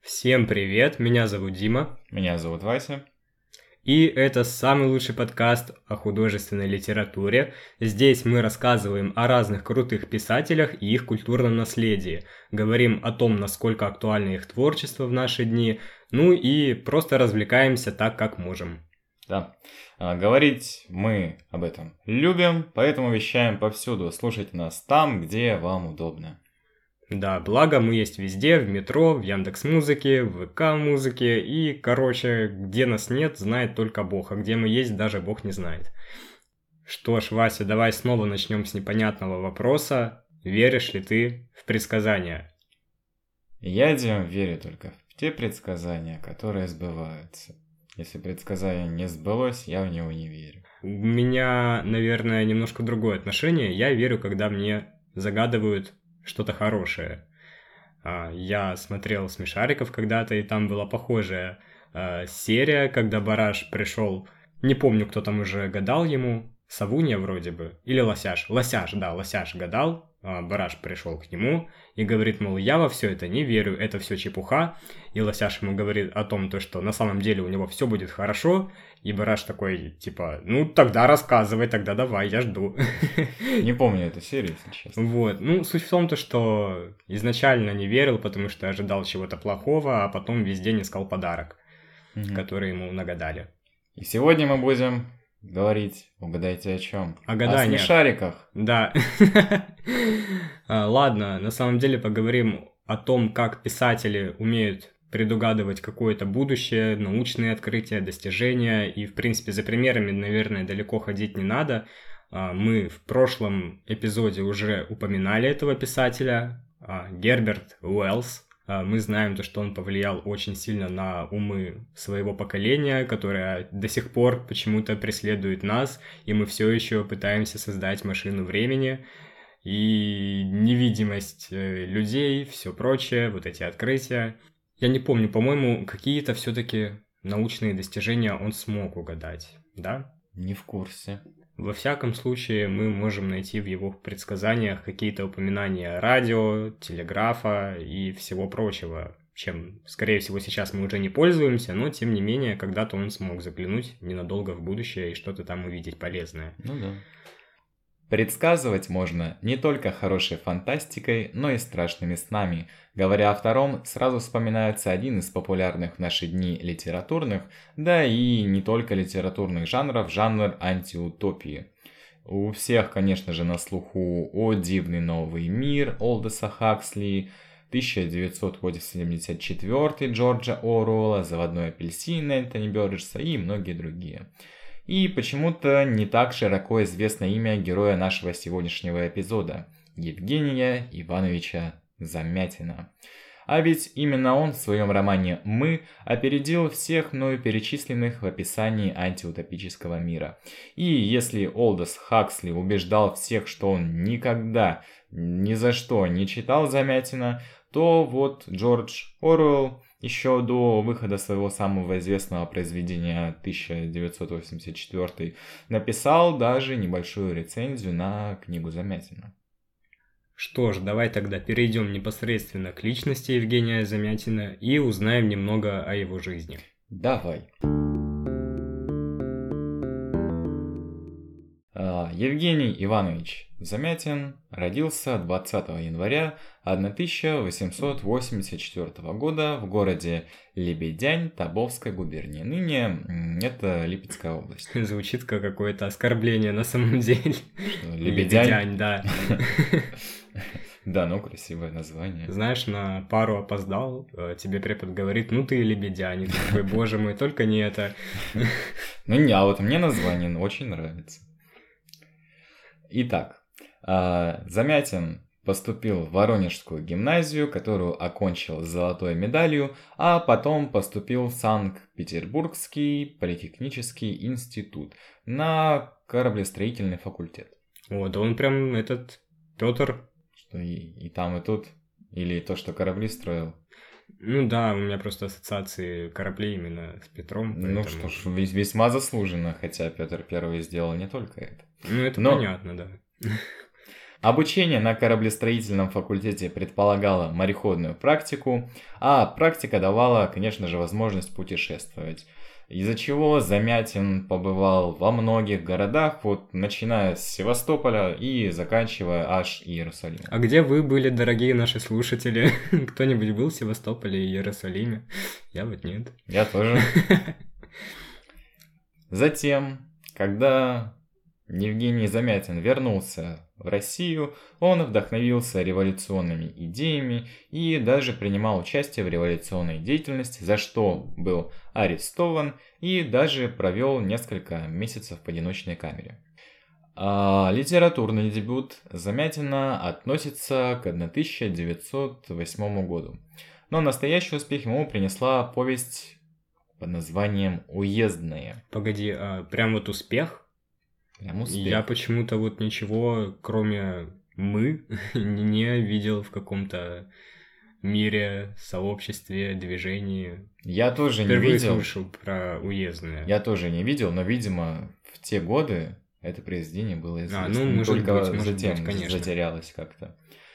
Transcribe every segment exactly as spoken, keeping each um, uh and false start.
Всем привет, меня зовут Дима. Меня зовут Вася. И это самый лучший подкаст о художественной литературе. Здесь мы рассказываем о разных крутых писателях и их культурном наследии. Говорим о том, насколько актуально их творчество в наши дни. Ну и просто развлекаемся так, как можем. Да. А, говорить мы об этом любим, поэтому вещаем повсюду. Слушайте нас там, где вам удобно. Да, благо мы есть везде, в метро, в Яндекс.Музыке, в ВК-музыке и, короче, где нас нет, знает только Бог, а где мы есть, даже Бог не знает. Что ж, Вася, давай снова начнем с непонятного вопроса. Веришь ли ты в предсказания? Я, Дим, верю только в те предсказания, которые сбываются. Если предсказание не сбылось, я в него не верю. У меня, наверное, немножко другое отношение. Я верю, когда мне загадывают что-то хорошее. Я смотрел «Смешариков» когда-то, и там была похожая серия, когда Бараш пришел, не помню, кто там уже гадал ему, Савунья вроде бы, или Лосяш, Лосяш, да, Лосяш гадал, Бараш пришел к нему и говорит, мол, я во все это не верю, это все чепуха, и Лосяш ему говорит о том, то, что на самом деле у него все будет хорошо, и Бараш такой, типа, ну, тогда рассказывай, тогда давай, я жду. Не помню эту серию, если честно. Вот, ну, суть в том, то, что изначально не верил, потому что ожидал чего-то плохого, а потом весь день искал подарок, угу. который ему нагадали. И сегодня мы будем говорить, угадайте о чем? О гаданиях. О смешариках. Да. Ладно, на самом деле поговорим о том, как писатели умеют предугадывать какое-то будущее, научные открытия, достижения. И, в принципе, за примерами, наверное, далеко ходить не надо. Мы в прошлом эпизоде уже упоминали этого писателя, Герберт Уэллс. Мы знаем то, что он повлиял очень сильно на умы своего поколения, которое до сих пор почему-то преследует нас, и мы все еще пытаемся создать машину времени, и невидимость людей, все прочее, вот эти открытия. Я не помню, по-моему, какие-то все-таки научные достижения он смог угадать, да? Не в курсе. Во всяком случае, мы можем найти в его предсказаниях какие-то упоминания радио, телеграфа и всего прочего, чем, скорее всего, сейчас мы уже не пользуемся, но, тем не менее, когда-то он смог заглянуть ненадолго в будущее и что-то там увидеть полезное. Ну да. Предсказывать можно не только хорошей фантастикой, но и страшными снами. Говоря о втором, сразу вспоминается один из популярных в наши дни литературных, да и не только литературных жанров, жанр антиутопии. У всех, конечно же, на слуху «О дивный новый мир» Олдоса Хаксли, тысяча девятьсот восемьдесят четвёртый Джорджа Оруэлла, «Заводной апельсин» Энтони Бёрджеса и многие другие. И почему-то не так широко известно имя героя нашего сегодняшнего эпизода – Евгения Ивановича Замятина. А ведь именно он в своем романе «Мы» опередил всех мною перечисленных в описании антиутопического мира. И если Олдос Хаксли убеждал всех, что он никогда, ни за что не читал Замятина, то вот Джордж Оруэлл еще до выхода своего самого известного произведения тысяча девятьсот восемьдесят четвёртый написал даже небольшую рецензию на книгу Замятина. Что ж, давай тогда перейдем непосредственно к личности Евгения Замятина и узнаем немного о его жизни. Давай. Евгений Иванович Замятин родился двадцатого января тысяча восемьсот восемьдесят четвёртого года в городе Лебедянь Тобольской губернии. Ныне это Липецкая область. Звучит как какое-то оскорбление на самом деле. Что, Лебедянь? Лебедянь, да. Да, ну красивое название. Знаешь, на пару опоздал, тебе препод говорит, ну ты Лебедянь. И ты такой, боже мой, только не это. Ну не, а вот мне название очень нравится. Итак, Замятин поступил в Воронежскую гимназию, которую окончил с золотой медалью, а потом поступил в Санкт-Петербургский политехнический институт на кораблестроительный факультет. Вот, он прям этот Петр. Что и, и там, и тут? Или то, что корабли строил? Ну да, у меня просто ассоциации кораблей именно с Петром. Поэтому... Ну что ж, весьма заслуженно, хотя Петр Первый сделал не только это. Ну это Но... понятно, да. Обучение на кораблестроительном факультете предполагало мореходную практику, а практика давала, конечно же, возможность путешествовать. Из-за чего Замятин побывал во многих городах, вот начиная с Севастополя и заканчивая аж Иерусалимом. А где вы были, дорогие наши слушатели? Кто-нибудь был в Севастополе и Иерусалиме? Я вот нет. Я тоже. Затем, когда Евгений Замятин вернулся в Россию, он вдохновился революционными идеями и даже принимал участие в революционной деятельности, за что был арестован и даже провел несколько месяцев в одиночной камере. А литературный дебют Замятина относится к тысяча девятьсот восьмому году. Но настоящий успех ему принесла повесть под названием «Уездные». Погоди, а прям вот успех? Прям успех. Я почему-то вот ничего, кроме «мы», не видел в каком-то мире, сообществе, движении. Я тоже не Впервые видел. слышал про «Уездные». Я тоже не видел, но, видимо, в те годы это произведение было известно. А, ну, может Только быть, может затем быть, конечно. затерялось как-то.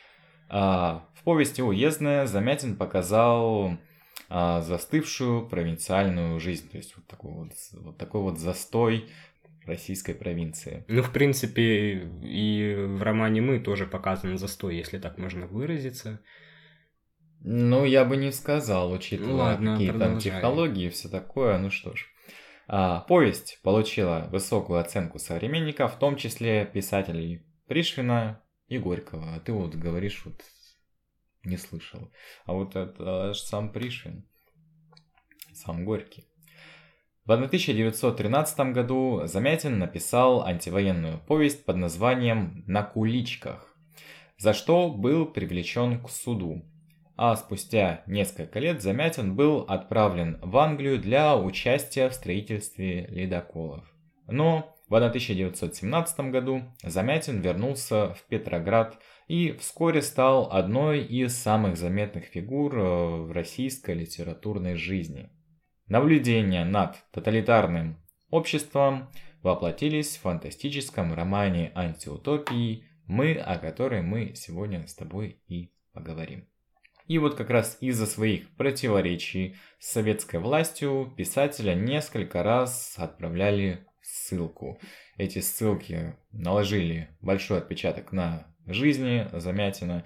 А, в повести «Уездная» Замятин показал а, застывшую провинциальную жизнь. То есть вот такой вот, вот такой вот застой российской провинции. Ну, в принципе, и в романе «Мы» тоже показан застой, если так можно выразиться. Ну, я бы не сказал, учитывая Ну, ладно, какие там продолжай. технологии и все такое. Ну что ж. А, повесть получила высокую оценку современников, в том числе писателей Пришвина и Горького. А ты вот говоришь, вот не слышал. А вот это аж сам Пришвин, сам Горький. В тысяча девятьсот тринадцатом году Замятин написал антивоенную повесть под названием «На куличках», за что был привлечен к суду. А спустя несколько лет Замятин был отправлен в Англию для участия в строительстве ледоколов. Но в тысяча девятьсот семнадцатом году Замятин вернулся в Петроград и вскоре стал одной из самых заметных фигур в российской литературной жизни. Наблюдения над тоталитарным обществом воплотились в фантастическом романе антиутопии «Мы», о которой мы сегодня с тобой и поговорим. И вот как раз из-за своих противоречий с советской властью писателя несколько раз отправляли в ссылку. Эти ссылки наложили большой отпечаток на жизни Замятина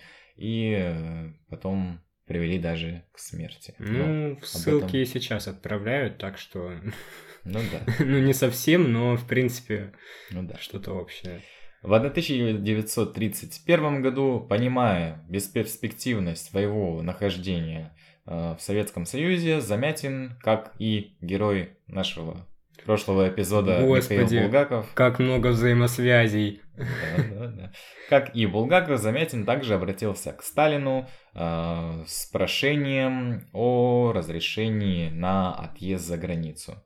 и потом привели даже к смерти. Ну, в ссылки этом... и сейчас отправляют, так что... Ну да. Ну, не совсем, но, в принципе, ну, да. что-то общее. В тысяча девятьсот тридцать первом году, понимая бесперспективность своего нахождения э, в Советском Союзе, Замятин, как и герой нашего прошлого эпизода Господи, Михаил Булгаков... как много взаимосвязей! Да, да, да. Как и Булгаков, Замятин также обратился к Сталину э, с прошением о разрешении на отъезд за границу.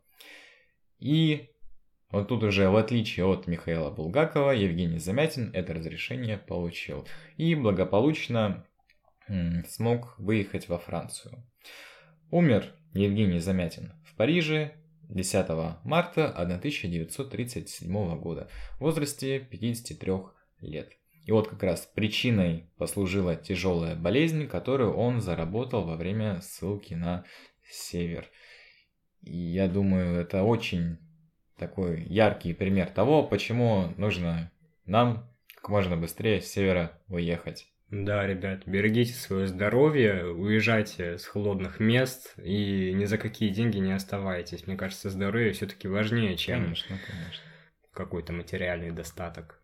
И... Вот тут уже, в отличие от Михаила Булгакова, Евгений Замятин это разрешение получил и благополучно м, смог выехать во Францию. Умер Евгений Замятин в Париже десятого марта тысяча девятьсот тридцать седьмого года в возрасте пятидесяти трёх лет. И вот как раз причиной послужила тяжелая болезнь, которую он заработал во время ссылки на север. И я думаю, это очень... такой яркий пример того, почему нужно нам как можно быстрее с севера уехать. Да, ребят, берегите свое здоровье, уезжайте с холодных мест и ни за какие деньги не оставайтесь. Мне кажется, здоровье все-таки важнее, чем конечно, конечно. какой-то материальный достаток.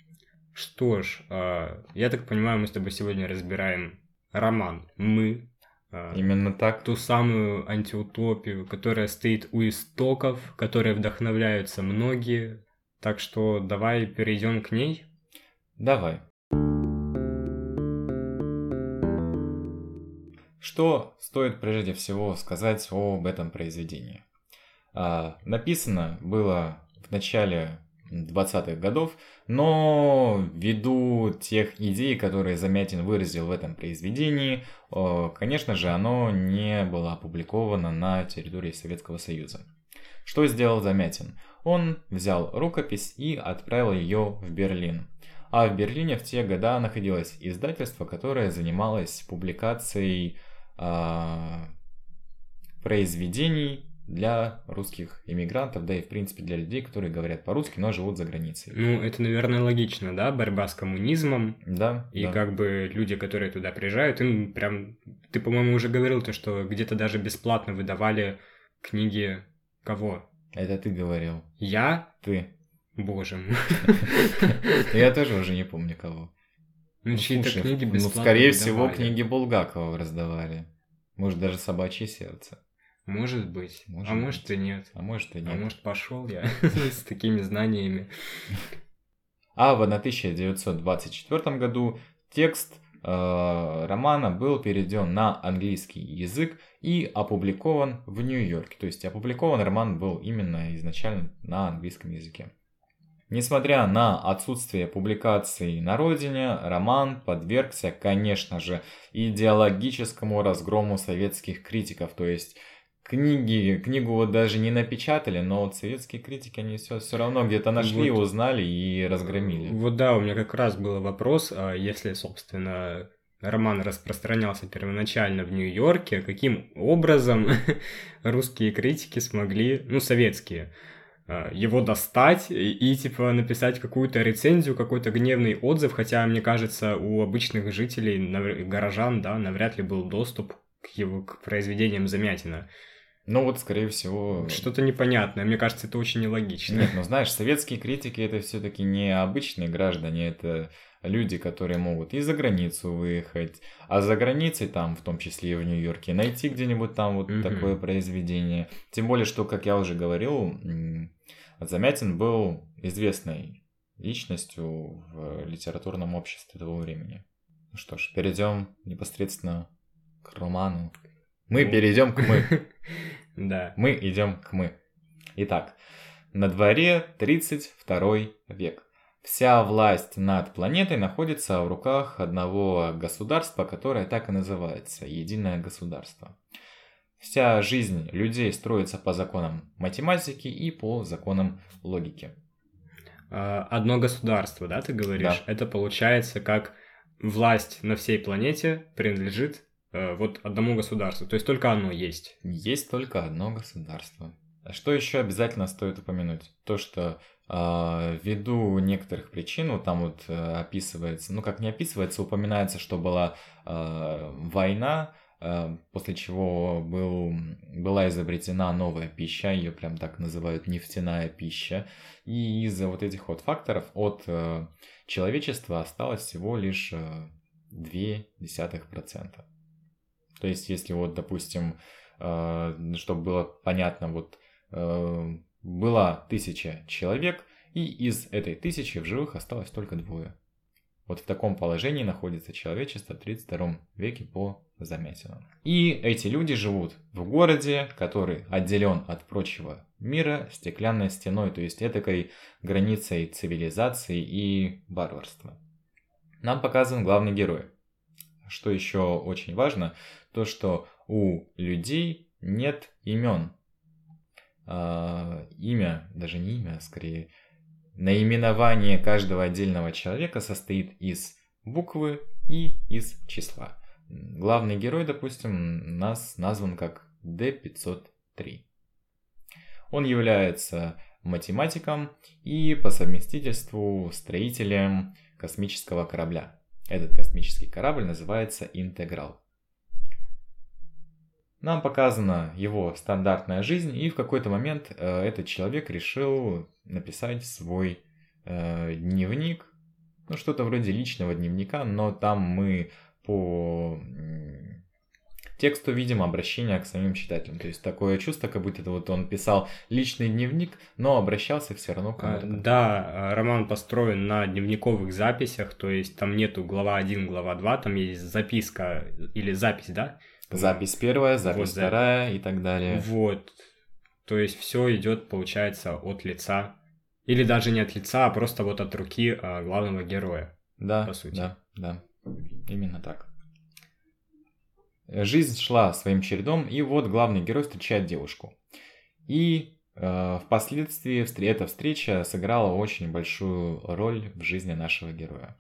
Что ж, я так понимаю, мы с тобой сегодня разбираем роман «Мы». Именно так. Ту самую антиутопию, которая стоит у истоков, которой вдохновляются многие. Так что давай перейдем к ней. Давай. Что стоит прежде всего сказать об этом произведении? А, написано было в начале двадцатых годов, но ввиду тех идей, которые Замятин выразил в этом произведении, конечно же, оно не было опубликовано на территории Советского Союза. Что сделал Замятин? Он взял рукопись и отправил ее в Берлин. А в Берлине в те годы находилось издательство, которое занималось публикацией э, произведений для русских иммигрантов, да и в принципе для людей, которые говорят по-русски, но живут за границей. Ну, это, наверное, логично, да, борьба с коммунизмом. Да. И да. как бы люди, которые туда приезжают, им прям... Ты, по-моему, уже говорил то, что где-то даже бесплатно выдавали книги кого? Это ты говорил. Я? Ты. Боже мой. Я тоже уже не помню кого. Ну, чьи-то книги бесплатно Ну, скорее всего, книги Булгакова раздавали. Может, даже «Собачье сердце». Может быть. Может а быть. может и нет. А может и нет. А может пошел я с такими знаниями. А в тысяча девятьсот двадцать четвёртом году текст э, романа был переведен на английский язык и опубликован в Нью-Йорке. То есть опубликован роман был именно изначально на английском языке. Несмотря на отсутствие публикаций на родине, роман подвергся, конечно же, идеологическому разгрому советских критиков. То есть книги, книгу вот даже не напечатали, но вот советские критики, они все, все равно где-то нашли, вот, узнали и разгромили. Вот да, у меня как раз был вопрос, а если, собственно, роман распространялся первоначально в Нью-Йорке, каким образом русские критики смогли, ну, советские, его достать и, и типа написать какую-то рецензию, какой-то гневный отзыв, хотя, мне кажется, у обычных жителей, горожан, да, навряд ли был доступ к его к произведениям Замятина. Ну вот, скорее всего... Что-то непонятное, мне кажется, это очень нелогично. Нет, ну знаешь, советские критики это все-таки не обычные граждане, это люди, которые могут и за границу выехать, а за границей там, в том числе и в Нью-Йорке, найти где-нибудь там вот mm-hmm. такое произведение. Тем более, что, как я уже говорил, Замятин был известной личностью в литературном обществе того времени. Ну что ж, перейдем непосредственно к роману. Мы ну... перейдем к мы. Да. Мы идем к мы. Итак, на дворе тридцать второй век. Вся власть над планетой находится в руках одного государства, которое так и называется – Единое государство. Вся жизнь людей строится по законам математики и по законам логики. Одно государство, да, ты говоришь? Да. Это получается как власть на всей планете принадлежит э, вот одному государству. То есть только оно есть. Есть только одно государство. Что еще обязательно стоит упомянуть? То, что э, ввиду некоторых причин, вот там вот э, описывается, ну как не описывается, упоминается, что была э, война, э, после чего был, была изобретена новая пища, ее прям так называют нефтяная пища. И из-за вот этих вот факторов от э, человечества осталось всего лишь э, ноль целых две десятых процента. То есть, если вот, допустим, э, чтобы было понятно, вот э, была тысяча человек, и из этой тысячи в живых осталось только двое. Вот в таком положении находится человечество в тридцать втором веке по Замятину. И эти люди живут в городе, который отделен от прочего мира стеклянной стеной, то есть этакой границей цивилизации и варварства. Нам показан главный герой. Что еще очень важно, то что у людей нет имен. А, имя, даже не имя, а скорее наименование каждого отдельного человека состоит из буквы и из числа. Главный герой, допустим, нас назван как Д пятьсот три. Он является математиком и по совместительству строителем космического корабля. Этот космический корабль называется «Интеграл». Нам показана его стандартная жизнь, и в какой-то момент э, этот человек решил написать свой э, дневник, ну что-то вроде личного дневника, но там мы по э, тексту видим обращение к самим читателям. То есть такое чувство, как будто это вот он писал личный дневник, но обращался все равно к кому-то. Да, роман построен на дневниковых записях, то есть там нету глава один, глава два, там есть записка или запись, да? Запись первая, запись вот, вторая и так далее. Вот. То есть все идет, получается, от лица. Или даже не от лица, а просто вот от руки а, главного героя. Да, по сути. да, да. Именно так. Жизнь шла своим чередом, и вот главный герой встречает девушку. И Впоследствии эта встреча сыграла очень большую роль в жизни нашего героя.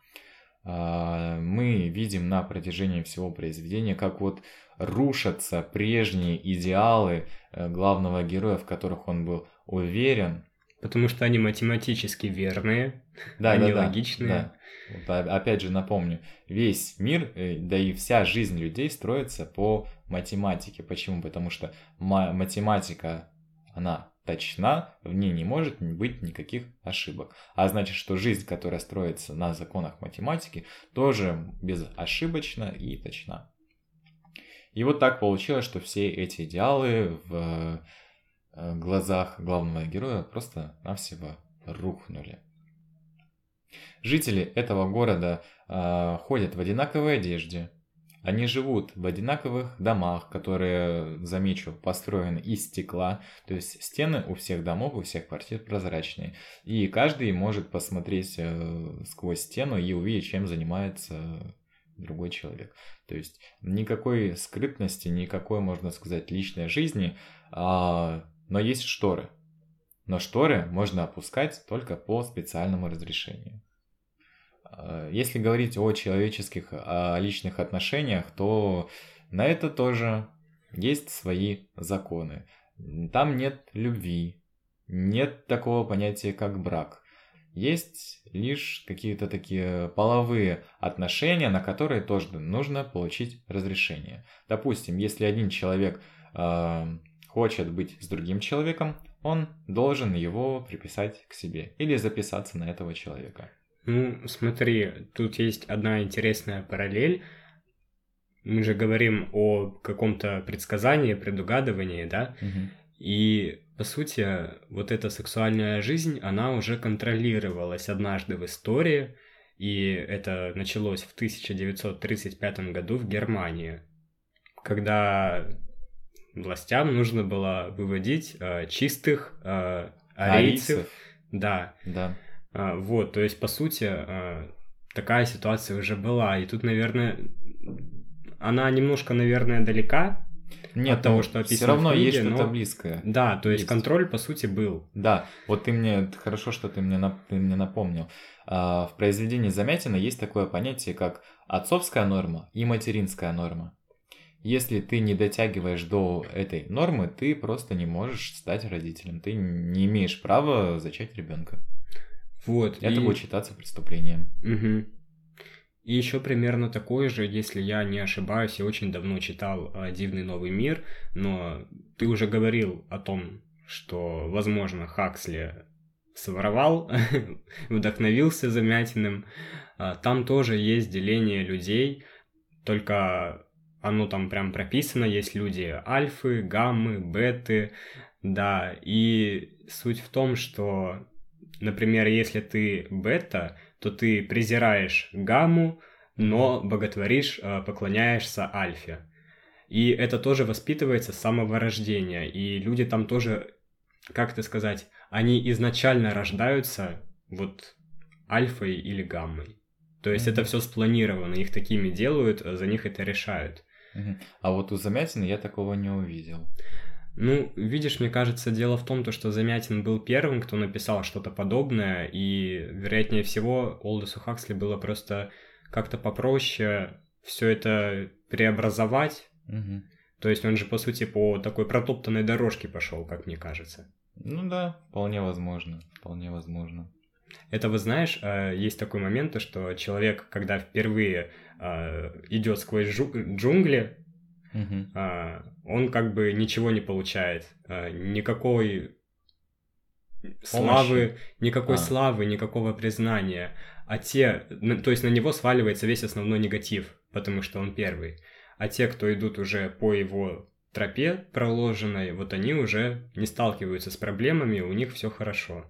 Мы видим на протяжении всего произведения, как вот рушатся прежние идеалы главного героя, в которых он был уверен. Потому что они математически верные, да, они да, логичные. Да. Вот, опять же напомню, весь мир, да и вся жизнь людей строится по математике. Почему? Потому что математика, она точна, в ней не может быть никаких ошибок. А значит, что жизнь, которая строится на законах математики, тоже безошибочна и точна. И вот так получилось, что все эти идеалы в глазах главного героя просто-навсего рухнули. Жители этого города э, ходят в одинаковой одежде. Они живут в одинаковых домах, которые, замечу, построены из стекла. То есть стены у всех домов, у всех квартир прозрачные. И каждый может посмотреть э, сквозь стену и увидеть, чем занимается другой человек. То есть никакой скрытности, никакой, можно сказать, личной жизни, э, но есть шторы. Но шторы можно опускать только по специальному разрешению. Если говорить о человеческих, о личных отношениях, то на это тоже есть свои законы. Там нет любви, нет такого понятия, как брак. Есть лишь какие-то такие половые отношения, на которые тоже нужно получить разрешение. Допустим, если один человек э, хочет быть с другим человеком, он должен его приписать к себе или записаться на этого человека. Ну, смотри, тут есть одна интересная параллель. Мы же говорим о каком-то предсказании, предугадывании, да? Угу. И, по сути, вот эта сексуальная жизнь, она уже контролировалась однажды в истории, и это началось в тысяча девятьсот тридцать пятом году в Германии, когда властям нужно было выводить э, чистых э, арийцев. Арийцев. Да. Да. А, вот, то есть, по сути, а, такая ситуация уже была. И тут, наверное, она немножко, наверное, далека Нет, от того, что описано все равно в книге, есть что-то но... близкое. Да, то есть, есть контроль, по сути, был. Да, вот ты мне, хорошо, что ты мне, ты мне напомнил. А, в произведении Замятина есть такое понятие, как отцовская норма и материнская норма. Если ты не дотягиваешь до этой нормы, ты просто не можешь стать родителем. Ты не имеешь права зачать ребенка. Вот. Это и... будет считаться преступлением. Угу. И еще примерно такое же, если я не ошибаюсь, я очень давно читал «Дивный новый мир», но ты уже говорил о том, что, возможно, Хаксли своровал, вдохновился Замятиным. Там тоже есть деление людей, только оно там прям прописано, есть люди альфы, гаммы, беты, да, и суть в том, что... Например, если ты бета, то ты презираешь гамму, но боготворишь, поклоняешься альфе. И это тоже воспитывается с самого рождения. И люди там тоже, как это сказать, они изначально рождаются вот альфой или гаммой. То есть mm-hmm. это все спланировано, их такими делают, за них это решают. Mm-hmm. А вот у Замятина я такого не увидел. Ну, видишь, мне кажется, дело в том, что Замятин был первым, кто написал что-то подобное, и, вероятнее всего, Олдосу Хаксли было просто как-то попроще все это преобразовать. Угу. То есть он же, по сути, по такой протоптанной дорожке пошел, как мне кажется. Ну да, вполне возможно, вполне возможно. Это, вы знаешь, есть такой момент, что человек, когда впервые идет сквозь джунгли, Uh-huh. Uh, он как бы ничего не получает, uh, никакой Помощи. славы, никакой а. славы, никакого признания. А те, то есть на него сваливается весь основной негатив, потому что он первый. А те, кто идут уже по его тропе проложенной, вот они уже не сталкиваются с проблемами, у них все хорошо.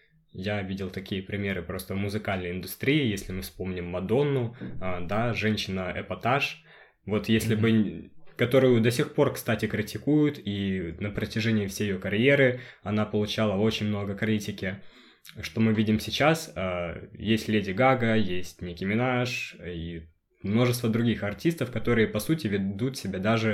Я видел такие примеры просто в музыкальной индустрии, если мы вспомним Мадонну, uh, да, женщина-эпатаж. Вот если mm-hmm. бы... которую до сих пор, кстати, критикуют, и на протяжении всей ее карьеры она получала очень много критики. Что мы видим сейчас? Есть Леди Гага, есть Ники Минаж и множество других артистов, которые, по сути, ведут себя даже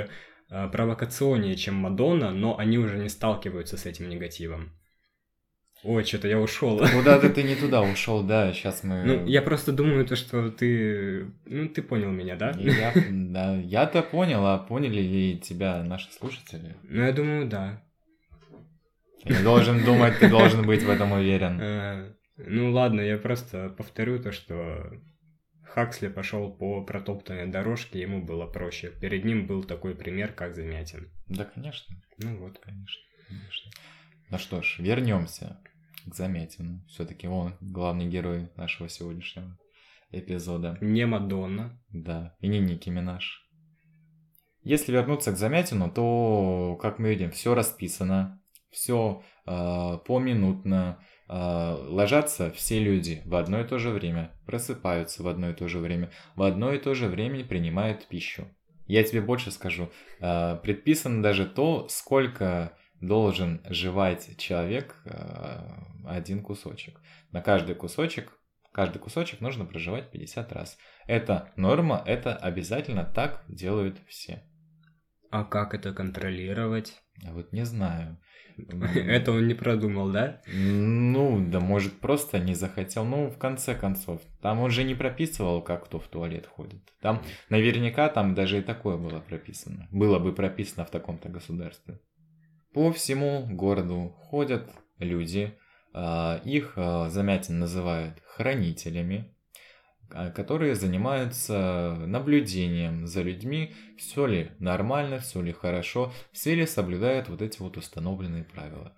э, провокационнее, чем Мадонна, но они уже не сталкиваются с этим негативом. Ой, что-то я ушел. Куда-то ты не туда ушел, да, сейчас мы... Ну, я просто думаю, то, что ты... Ну, ты понял меня, да? Я, да, я-то понял, а поняли ли тебя наши слушатели? Ну, я думаю, да. Ты не должен думать, ты должен быть в этом уверен. А, ну, ладно, я просто повторю то, что Хаксли пошел по протоптанной дорожке, ему было проще. Перед ним был такой пример, как Замятин. Да, конечно. Ну вот. Конечно, конечно. Ну что ж, вернемся к Замятину. Все-таки он главный герой нашего сегодняшнего эпизода. Не Мадонна. Да, и не Ники Минаж. Если вернуться к Замятину, то, как мы видим, все расписано, все э, поминутно. Э, ложатся все люди в одно и то же время, просыпаются в одно и то же время, в одно и то же время принимают пищу. Я тебе больше скажу, э, предписано даже то, сколько должен жевать человек э, один кусочек. На каждый кусочек, каждый кусочек нужно прожевать пятьдесят раз. Это норма, это обязательно так делают все. А как это контролировать? А вот не знаю. Это он не продумал, да? Ну, да может просто не захотел. Ну, в конце концов, там он же не прописывал, как кто в туалет ходит. Там наверняка там даже и такое было прописано. Было бы прописано в таком-то государстве. По всему городу ходят люди, их Замятин называют хранителями, которые занимаются наблюдением за людьми, все ли нормально, все ли хорошо, все ли соблюдают вот эти вот установленные правила.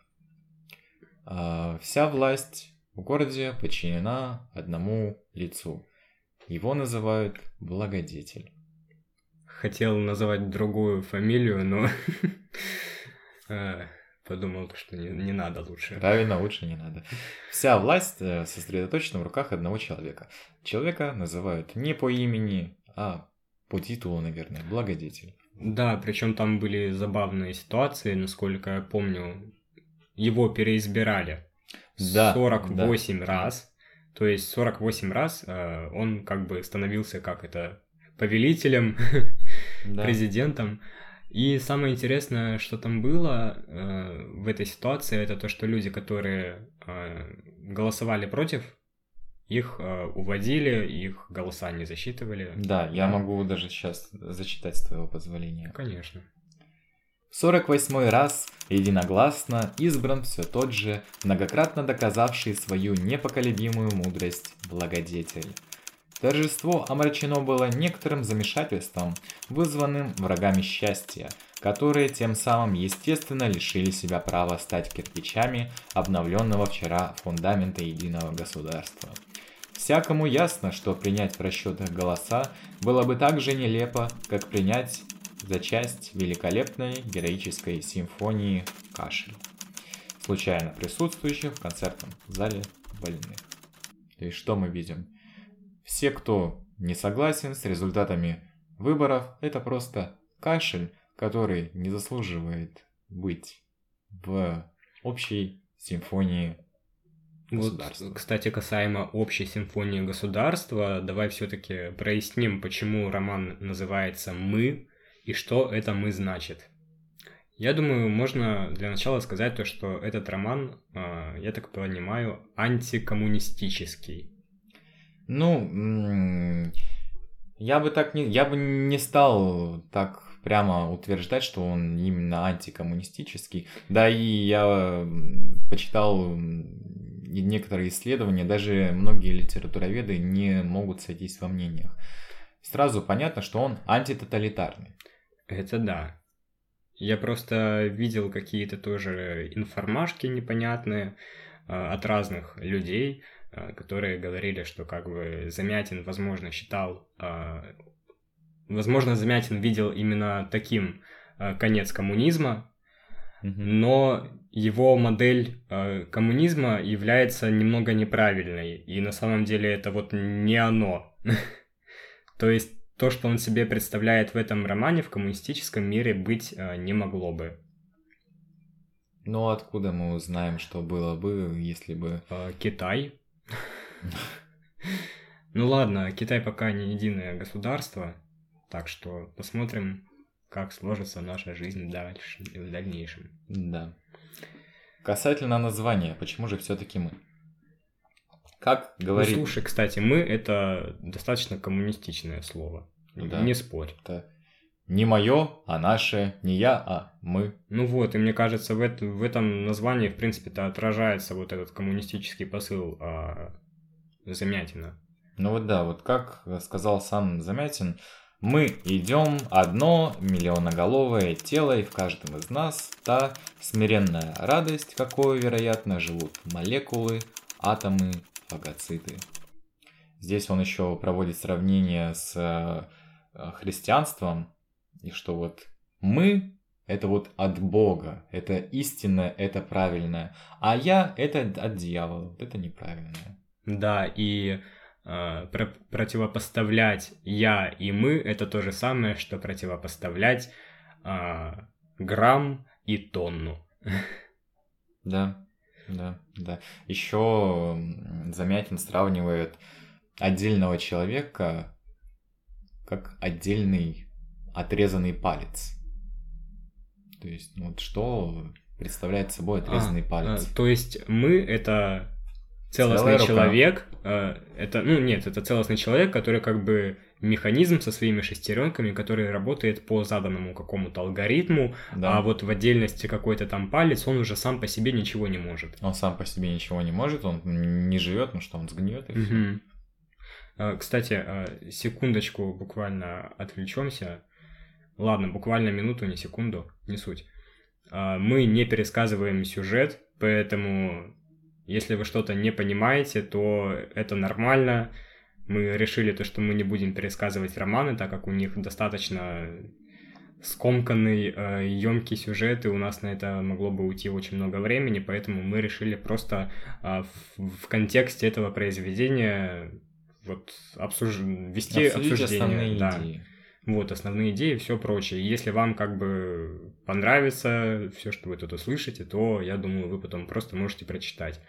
Вся власть в городе подчинена одному лицу. Его называют благодетель. Хотел называть другую фамилию, но подумал, что не, не надо лучше. Правильно, лучше не надо. Вся власть сосредоточена в руках одного человека. Человека называют не по имени, а по титулу, наверное, благодетель. Да, причем там были забавные ситуации, насколько я помню, его переизбирали да, сорок восемь да. раз. То есть сорок восемь раз э, он как бы становился как это повелителем, да. президентом. И самое интересное, что там было э, в этой ситуации, это то, что люди, которые э, голосовали против, их э, уводили, их голоса не засчитывали. Да, да, я могу даже сейчас зачитать с твоего позволения. Конечно. В сорок восьмой раз единогласно избран все тот же, многократно доказавший свою непоколебимую мудрость благодетель. Торжество омрачено было некоторым замешательством, вызванным врагами счастья, которые тем самым естественно лишили себя права стать кирпичами обновленного вчера фундамента единого государства. Всякому ясно, что принять в расчетах голоса было бы так же нелепо, как принять за часть великолепной героической симфонии кашель, случайно присутствующих в концертном зале больных. И что мы видим? Все, кто не согласен с результатами выборов, это просто кашель, который не заслуживает быть в общей симфонии государства. Вот, кстати, касаемо общей симфонии государства, давай все-таки проясним, почему роман называется «Мы» и что это «Мы» значит. Я думаю, можно для начала сказать то, что этот роман, я так понимаю, антикоммунистический. Ну, я бы так не, я бы не стал так прямо утверждать, что он именно антикоммунистический. Да и я почитал некоторые исследования, даже многие литературоведы не могут сойтись во мнениях. Сразу понятно, что он антитоталитарный. Это да. Я просто видел какие-то тоже информашки непонятные от разных людей, которые говорили, что как бы Замятин, возможно, считал, возможно, Замятин видел именно таким конец коммунизма, mm-hmm. но его модель коммунизма является немного неправильной, и на самом деле это вот не оно. То есть то, что он себе представляет в этом романе, в коммунистическом мире быть не могло бы. Ну, откуда мы узнаем, что было бы, если бы... Китай. Ну ладно, Китай пока не единое государство, так что посмотрим, как сложится наша жизнь дальше, в дальнейшем. Да. Касательно названия, почему же все-таки мы? Как говорит... Ну, слушай, кстати, мы — это достаточно коммунистичное слово. Да. Не спорь. Это не мое, а наше, не я, а мы. Ну вот, и мне кажется, в, это, в этом названии, в принципе-то, отражается вот этот коммунистический посыл а, Замятина. Ну вот да, вот как сказал сам Замятин, мы идем одно миллионоголовое тело, и в каждом из нас та смиренная радость, какой, вероятно, живут молекулы, атомы, фагоциты. Здесь он еще проводит сравнение с христианством, и что вот мы — это вот от Бога, это истинное, это правильное, а я — это от дьявола, вот это неправильное. Да, и э, про- противопоставлять «я» и «мы» — это то же самое, что противопоставлять э, грамм и тонну. Да, да, да. Еще Замятин сравнивает отдельного человека как отдельный отрезанный палец. То есть, ну, вот что представляет собой отрезанный а, палец? А, то есть мы — это целостный человек, э, это, ну нет, это целостный человек, который как бы механизм со своими шестеренками, который работает по заданному какому-то алгоритму, да. А вот в отдельности какой-то там палец, он уже сам по себе ничего не может. Он сам по себе ничего не может, он не живет, ну что, он сгниет и все. Угу. Кстати, секундочку буквально отвлечемся. Ладно, буквально минуту, не секунду, не суть. Мы не пересказываем сюжет, поэтому если вы что-то не понимаете, то это нормально. Мы решили то, что мы не будем пересказывать романы, так как у них достаточно скомканный, емкий сюжет, и у нас на это могло бы уйти очень много времени, поэтому мы решили просто в контексте этого произведения вот обсуж... вести Обсудить обсуждение. Основные да. идеи. Вот, основные идеи и все прочее. Если вам как бы понравится все, что вы тут услышите, то, я думаю, вы потом просто можете прочитать.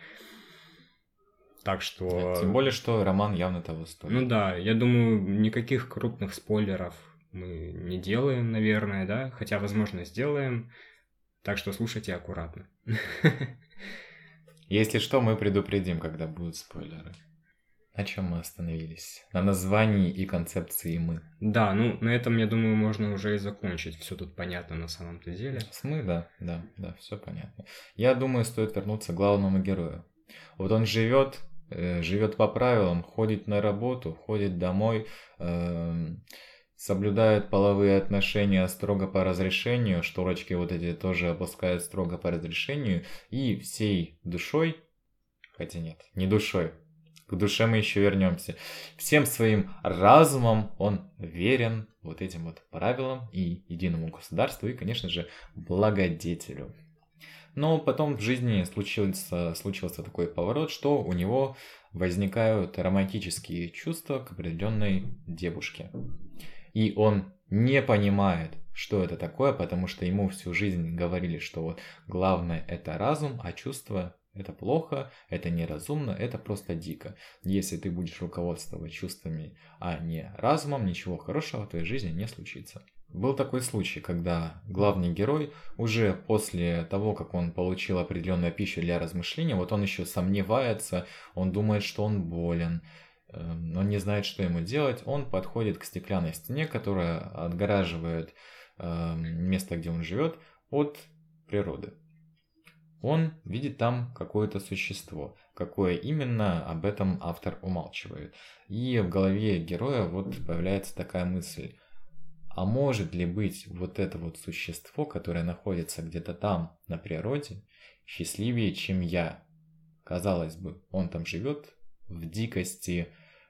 Так что... Тем более, что роман явно того стоит. Ну да, я думаю, никаких крупных спойлеров мы не делаем, наверное, да? Хотя, возможно, сделаем. Так что слушайте аккуратно. Если что, мы предупредим, когда будут спойлеры. На чем мы остановились? На названии и концепции «мы». Да, ну на этом, я думаю, можно уже и закончить. Все тут понятно на самом-то деле. С «мы», да, да, да, все понятно. Я думаю, стоит вернуться к главному герою. Вот он живет, э, живет по правилам, ходит на работу, ходит домой, э, соблюдает половые отношения строго по разрешению, шторочки вот эти тоже опускает строго по разрешению, и всей душой, хотя нет, не душой, к душе мы еще вернемся. Всем своим разумом он верен вот этим вот правилам и единому государству, и, конечно же, благодетелю. Но потом в жизни случился, случился такой поворот, что у него возникают романтические чувства к определенной девушке. И он не понимает, что это такое, потому что ему всю жизнь говорили, что вот главное это разум, а чувства это плохо, это неразумно, это просто дико. Если ты будешь руководствовать чувствами, а не разумом, ничего хорошего в твоей жизни не случится. Был такой случай, когда главный герой уже после того, как он получил определенную пищу для размышления, вот он еще сомневается, он думает, что он болен, он не знает, что ему делать, он подходит к стеклянной стене, которая отгораживает место, где он живет, от природы. Он видит там какое-то существо. Какое именно, об этом автор умалчивает. И в голове героя вот появляется такая мысль. А может ли быть вот это вот существо, которое находится где-то там, на природе, счастливее, чем я? Казалось бы, он там живет в дикости,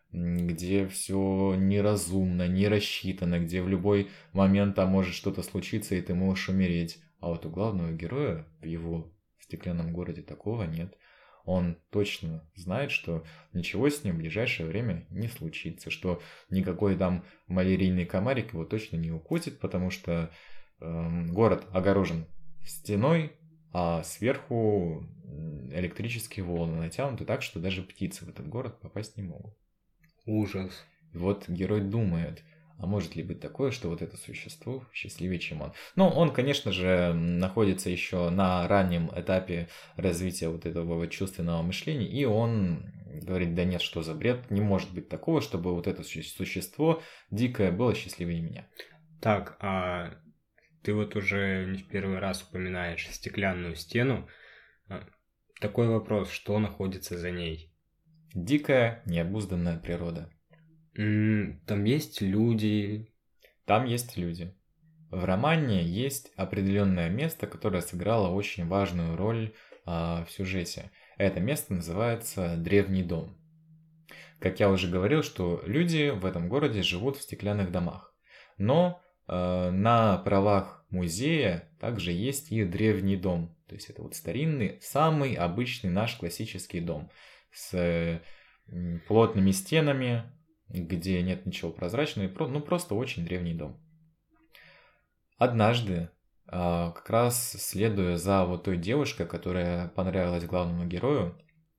где все неразумно, не рассчитано, где в любой момент там может что-то случиться, и ты можешь умереть. А вот у главного героя в его в стеклянном городе такого нет. Он точно знает, что ничего с ним в ближайшее время не случится, что никакой там малярийный комарик его точно не укусит, потому что э, город огорожен стеной, а сверху электрические волны натянуты так, что даже птицы в этот город попасть не могут. Ужас. И вот герой думает, А может ли быть такое, что вот это существо счастливее, чем он? Ну, он, конечно же, находится еще на раннем этапе развития вот этого вот чувственного мышления, и он говорит, да нет, что за бред, не может быть такого, чтобы вот это существо дикое было счастливее меня. Так, а ты вот уже не в первый раз упоминаешь стеклянную стену. Такой вопрос, что находится за ней? Дикая, необузданная природа. Там есть люди. Там есть люди. В романе есть определенное место, которое сыграло очень важную роль а, в сюжете. Это место называется Древний дом. Как я уже говорил, что люди в этом городе живут в стеклянных домах. Но э, на правах музея также есть и Древний дом. То есть это вот старинный, самый обычный наш классический дом с э, плотными стенами, где нет ничего прозрачного, ну просто очень древний дом. Однажды, как раз следуя за вот той девушкой, которая понравилась главному герою,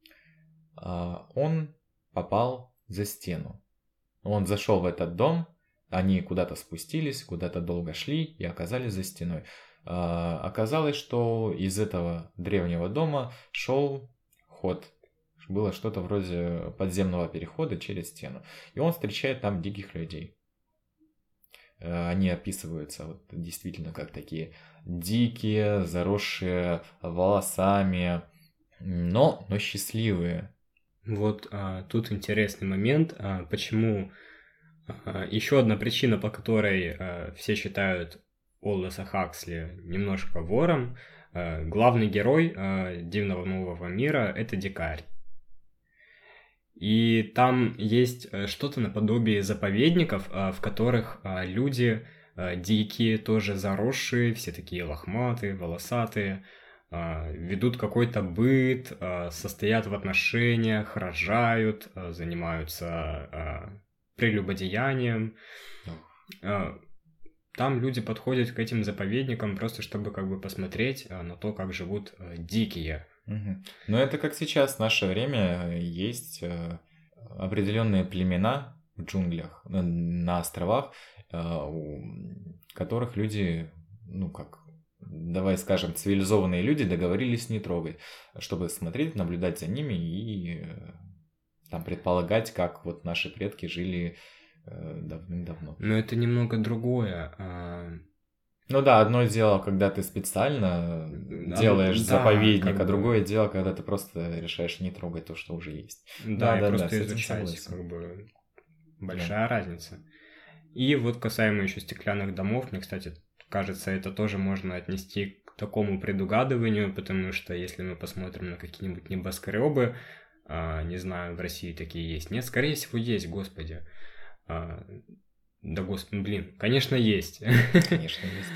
он попал за стену. Он зашел в этот дом, они куда-то спустились, куда-то долго шли и оказались за стеной. Оказалось, что из этого древнего дома шел ход. Было что-то вроде подземного перехода через стену. И он встречает там диких людей. Они описываются вот действительно как такие дикие, заросшие волосами, но, но счастливые. Вот а, тут интересный момент, а, почему а, еще одна причина, по которой а, все считают Олдоса Хаксли немножко вором. А, главный герой а, Дивного нового мира — это дикарь. И там есть что-то наподобие заповедников, в которых люди дикие, тоже заросшие, все такие лохматые, волосатые, ведут какой-то быт, состоят в отношениях, рожают, занимаются прелюбодеянием. Там люди подходят к этим заповедникам просто чтобы как бы посмотреть на то, как живут дикие. Угу. Но это как сейчас, в наше время, есть определенные племена в джунглях, на островах, у которых люди, ну как, давай скажем, цивилизованные люди договорились не трогать, чтобы смотреть, наблюдать за ними и там предполагать, как вот наши предки жили давным-давно. Но это немного другое. Ну да, одно дело, когда ты специально делаешь да, заповедник, как бы... а другое дело, когда ты просто решаешь не трогать то, что уже есть. Да, да, и да просто да, изучать, как бы большая да. разница. И вот касаемо еще стеклянных домов, мне, кстати, кажется, это тоже можно отнести к такому предугадыванию, потому что если мы посмотрим на какие-нибудь небоскребы, а, не знаю, в России такие есть. Нет, скорее всего, есть, господи. А, Да, господи, блин, конечно, есть. Конечно, есть.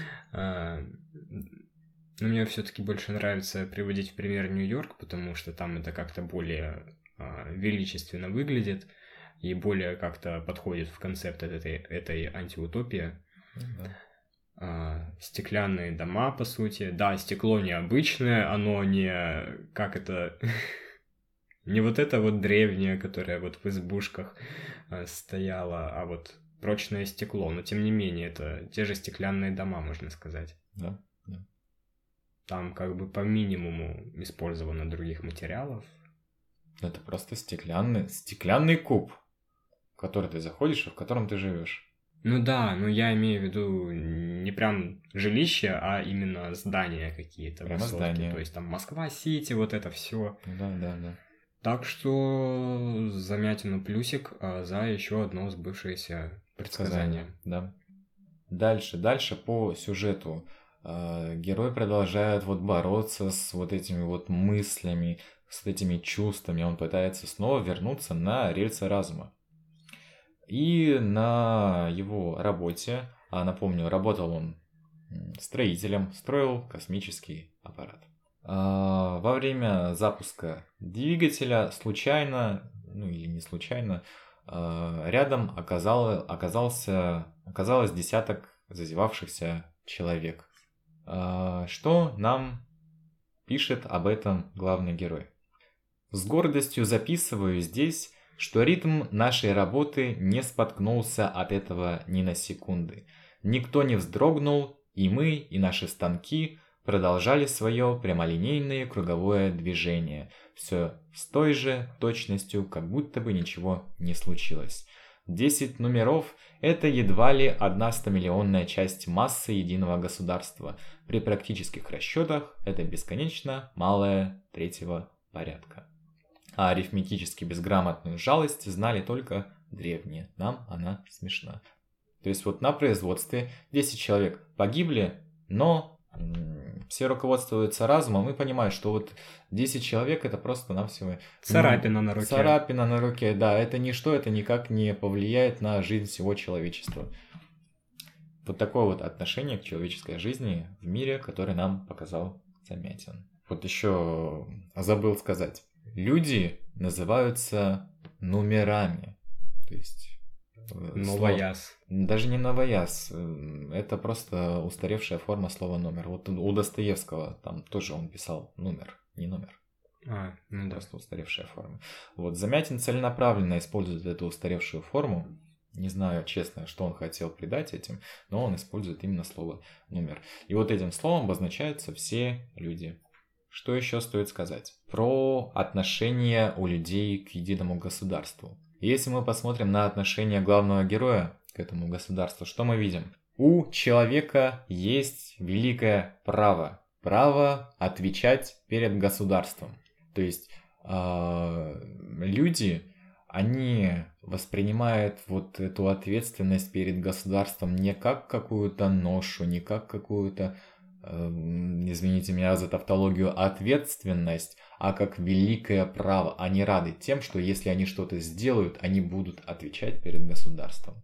Но мне все-таки больше нравится приводить в пример Нью-Йорк, потому что там это как-то более величественно выглядит и более как-то подходит в концепт этой, этой антиутопии. Mm-hmm. Стеклянные дома, по сути. Да, стекло необычное, оно не... Как это... Не вот это вот древнее, которое вот в избушках стояло, а вот... прочное стекло, но тем не менее это те же стеклянные дома, можно сказать. Да, да. Там как бы по минимуму использовано других материалов. Это просто стеклянный, стеклянный куб, в который ты заходишь и в котором ты живешь. Ну да, но я имею в виду не прям жилище, а именно здания какие-то. Прямо здания. То есть там Москва-Сити, вот это все. Да, да, да. Так что замятину плюсик а за еще одно сбывшееся предсказание. Да. Дальше, дальше по сюжету. Э, герой продолжает вот бороться с вот этими вот мыслями, с этими чувствами. Он пытается снова вернуться на рельсы разума. И на его работе, а напомню, работал он строителем, строил космический аппарат. Во время запуска двигателя случайно, ну или не случайно, рядом оказал, оказался, оказалось десяток зазевавшихся человек. Что нам пишет об этом главный герой? С гордостью записываю здесь что ритм нашей работы не споткнулся от этого ни на секунды. Никто не вздрогнул, и мы, и наши станки продолжали свое прямолинейное круговое движение, все с той же точностью, как будто бы ничего не случилось. десять номеров – это едва ли одна стомиллионная часть массы единого государства. При практических расчетах это бесконечно малая третьего порядка. А арифметически безграмотную жалость знали только древние. Нам она смешна. То есть вот на производстве десять человек погибли, но м- все руководствуются разумом и понимают, что вот десять человек это просто-навсего... Царапина на руке. Царапина на руке, да. Это ничто, это никак не повлияет на жизнь всего человечества. Вот такое вот отношение к человеческой жизни в мире, который нам показал Замятин. Вот еще забыл сказать. Люди называются номерами. То есть... Новояз. Слово... Даже не новояз. Это просто устаревшая форма слова номер. Вот у Достоевского там тоже он писал номер, не номер. А, ну да. Просто устаревшая форма. Вот Замятин целенаправленно использует эту устаревшую форму. Не знаю, честно, что он хотел придать этим, но он использует именно слово номер. И вот этим словом обозначаются все люди. Что еще стоит сказать? Про отношение у людей к единому государству. Если мы посмотрим на отношение главного героя к этому государству, что мы видим? У человека есть великое право. Право отвечать перед государством. То есть э, люди, они воспринимают вот эту ответственность перед государством не как какую-то ношу, не как какую-то, э, извините меня за тавтологию, ответственность, а как великое право. Они рады тем, что если они что-то сделают, они будут отвечать перед государством.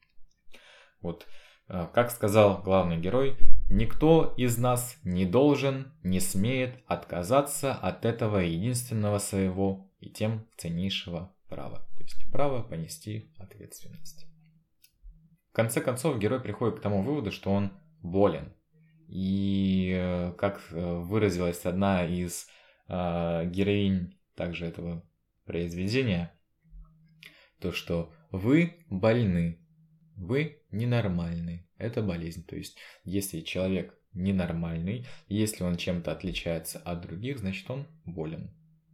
Вот, как сказал главный герой, никто из нас не должен, не смеет отказаться от этого единственного своего и тем ценнейшего права. То есть право понести ответственность. В конце концов, герой приходит к тому выводу, что он болен. И, как выразилась одна из героинь также этого произведения, то, что вы больны, вы ненормальны. Это болезнь. То есть, если человек ненормальный, если он чем-то отличается от других, значит он болен.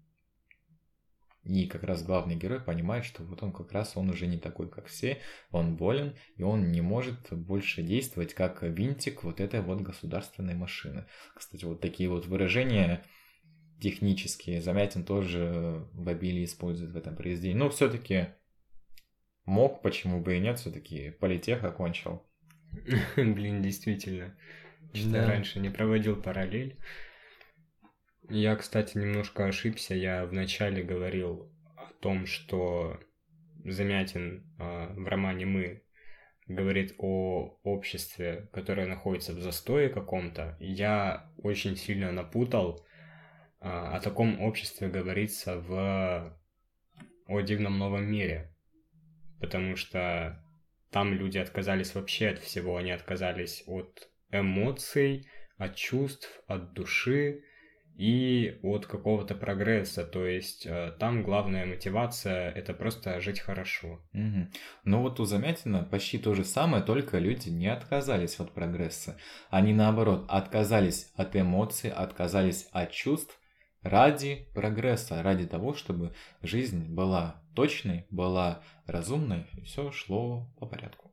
И как раз главный герой понимает, что вот он как раз он уже не такой, как все, он болен, и он не может больше действовать как винтик вот этой вот государственной машины. Кстати, вот такие вот выражения технические Замятин тоже в обилии использует в этом произведении. Но все-таки мог, почему бы и нет, все-таки политех окончил. Блин, действительно. Что-то да. Раньше не проводил параллель. Я, кстати, немножко ошибся. Я вначале говорил о том, что Замятин э, в романе «Мы» говорит о обществе, которое находится в застое каком-то. Я очень сильно напутал. Э, о таком обществе говорится в «О дивном новом мире». Потому что там люди отказались вообще от всего. Они отказались от эмоций, от чувств, от души и от какого-то прогресса. То есть там главная мотивация – это просто жить хорошо. Угу. Ну вот у Замятина почти то же самое, только люди не отказались от прогресса. Они наоборот отказались от эмоций, отказались от чувств ради прогресса, ради того, чтобы жизнь была точной, была разумной, и все шло по порядку.